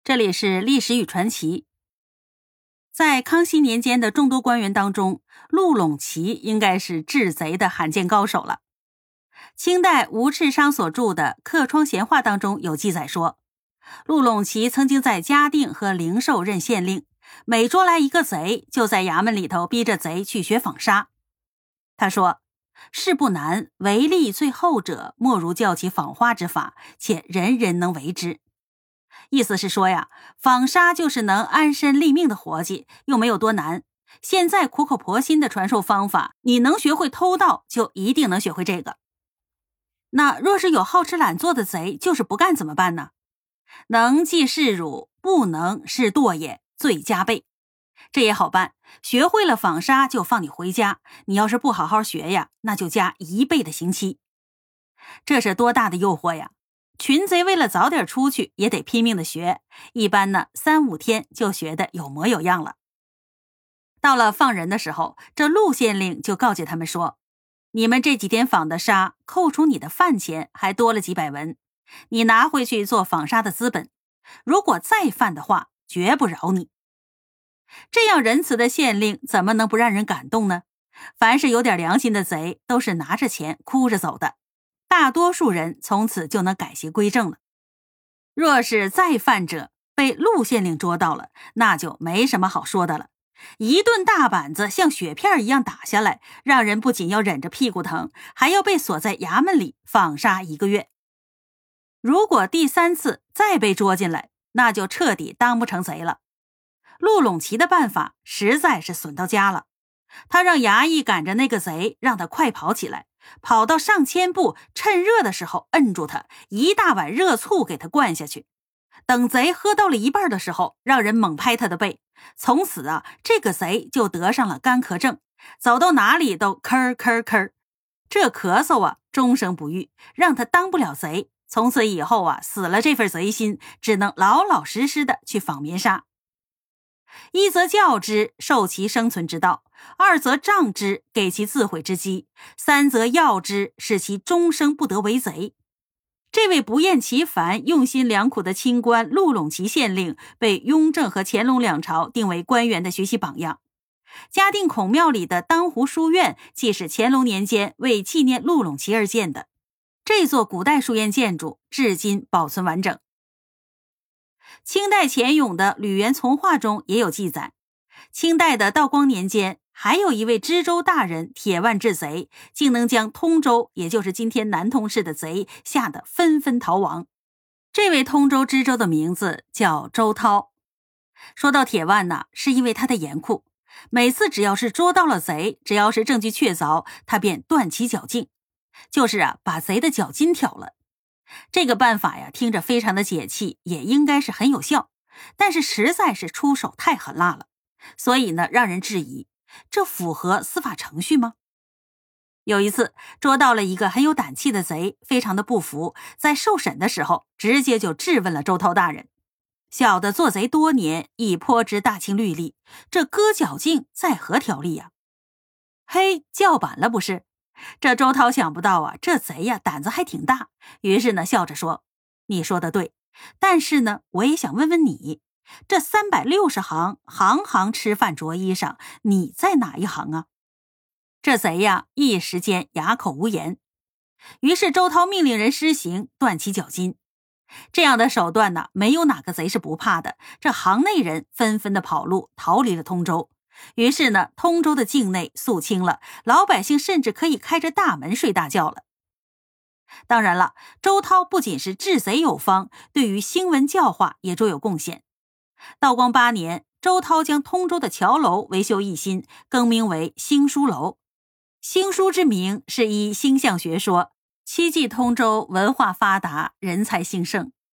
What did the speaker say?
这里是历史与传奇。在康熙年间的众多官员当中，陆陇齐应该是治贼的罕见高手了。清代吴赤商所著的《客窗闲话》当中有记载说，陆陇齐曾经在嘉定和灵寿任县令，每捉来一个贼，就在衙门里头逼着贼去学纺纱。他说，事不难，唯利最后者，莫如教其纺花之法，且人人能为之。意思是说呀，纺纱就是能安身立命的活计，又没有多难。现在苦口婆心的传授方法，你能学会偷盗，就一定能学会这个。那若是有好吃懒做的贼，就是不干怎么办呢？能济是辱，不能是惰也，罪加倍。这也好办，学会了纺纱就放你回家，你要是不好好学呀，那就加1倍的刑期。这是多大的诱惑呀！群贼为了早点出去，也得拼命的学，一般呢3、5天就学得有模有样了。到了放人的时候，这陆县令就告诫他们说，你们这几天纺的纱，扣除你的饭钱还多了几百文，你拿回去做纺纱的资本，如果再犯的话，绝不饶你。这样仁慈的县令怎么能不让人感动呢？凡是有点良心的贼，都是拿着钱哭着走的，大多数人从此就能改邪归正了。若是再犯者被陆县令捉到了，那就没什么好说的了，一顿大板子像雪片一样打下来，让人不仅要忍着屁股疼，还要被锁在衙门里纺纱1个月。如果第3次再被捉进来，那就彻底当不成贼了。陆陇齐的办法实在是损到家了，他让衙役赶着那个贼，让他快跑起来，跑到上千步，趁热的时候摁住他，一大碗热醋给他灌下去。等贼喝到了一半的时候，让人猛拍他的背，从此啊，这个贼就得上了干咳症，走到哪里都咳咳咳，这咳嗽啊终生不愈，让他当不了贼。从此以后啊，死了这份贼心，只能老老实实的去纺棉纱。一则教之，授其生存之道；二则杖之，给其自毁之机；三则药之，使其终生不得为贼。这位不厌其烦、用心良苦的清官陆陇齐县令，被雍正和乾隆两朝定为官员的学习榜样。嘉定孔庙里的当湖书院，即是乾隆年间为纪念陆陇齐而建的。这座古代书院建筑至今保存完整。清代钱俑的《吕园从话》中也有记载，清代的道光年间，还有一位知州大人铁腕治贼，竟能将通州，也就是今天南通市的贼吓得纷纷逃亡。这位通州知州的名字叫周涛。说到铁腕呢，是因为他的严酷，每次只要是捉到了贼，只要是证据确凿，他便断其脚筋，就是把贼的脚筋挑了。这个办法呀，听着非常的解气，也应该是很有效，但是实在是出手太狠辣了，所以呢，让人质疑，这符合司法程序吗？有一次捉到了一个很有胆气的贼，非常的不服，在受审的时候直接就质问了周涛大人，小的做贼多年，已颇知大清律例，这割脚筋在何条例呀？嘿，叫板了不是？这周涛想不到啊，这贼呀胆子还挺大，于是呢笑着说，你说的对，但是呢我也想问问你，这360行，行行吃饭着衣裳，你在哪一行啊？这贼呀一时间哑口无言。于是周涛命令人施行，断其脚筋。这样的手段呢，没有哪个贼是不怕的，这行内人纷纷的跑路，逃离了通州。于是呢，通州的境内肃清了，老百姓甚至可以开着大门睡大觉了。当然了，周涛不仅是治贼有方，对于兴文教化也卓有贡献。道光8年，周涛将通州的桥楼维修一新，更名为兴书楼。兴书之名是依星象学说，期冀通州文化发达，人才兴盛。